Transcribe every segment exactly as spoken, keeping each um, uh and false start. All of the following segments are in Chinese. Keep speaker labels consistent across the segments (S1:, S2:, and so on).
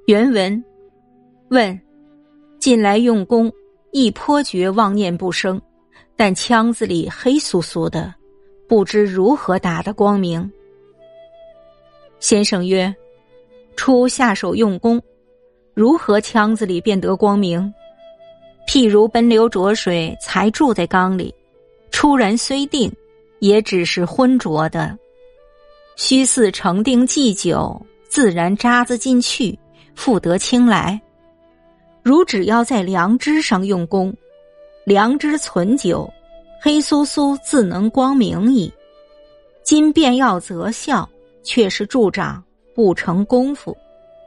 S1: 原文：问，近来用功，亦颇觉妄念不生，但腔子里黑酥酥的，不知如何达得光明。先生曰：初下手用功，如何腔子里便得光明？譬如奔流浊水才注在缸里，初然虽定，也只是浑浊的。须似成定既久，自然渣子进去，复得清来。如只要在良知上用功，良知存久，黑酥酥自能光明矣。今便要择效，却是助长，不成功夫。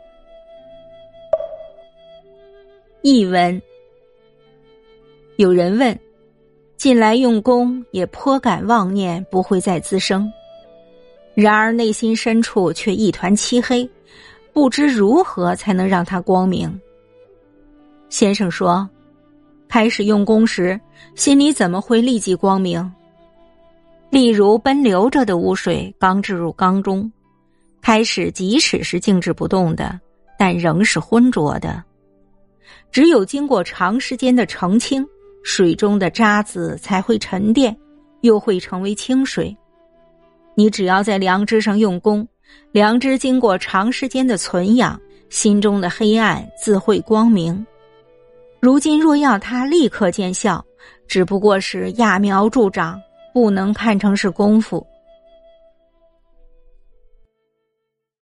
S1: 译文：有人问，近来用功也颇感妄念不会再滋生，然而内心深处却一团漆黑，不知如何才能让它光明。先生说，开始用功时，心里怎么会立即光明？例如奔流着的污水刚置入缸中，开始即使是静止不动的，但仍是浑浊的。只有经过长时间的澄清，水中的渣子才会沉淀，又会成为清水。你只要在良知上用功，良知经过长时间的存养，心中的黑暗自会光明。如今若要它立刻见效，只不过是揠苗助长，不能看成是功夫。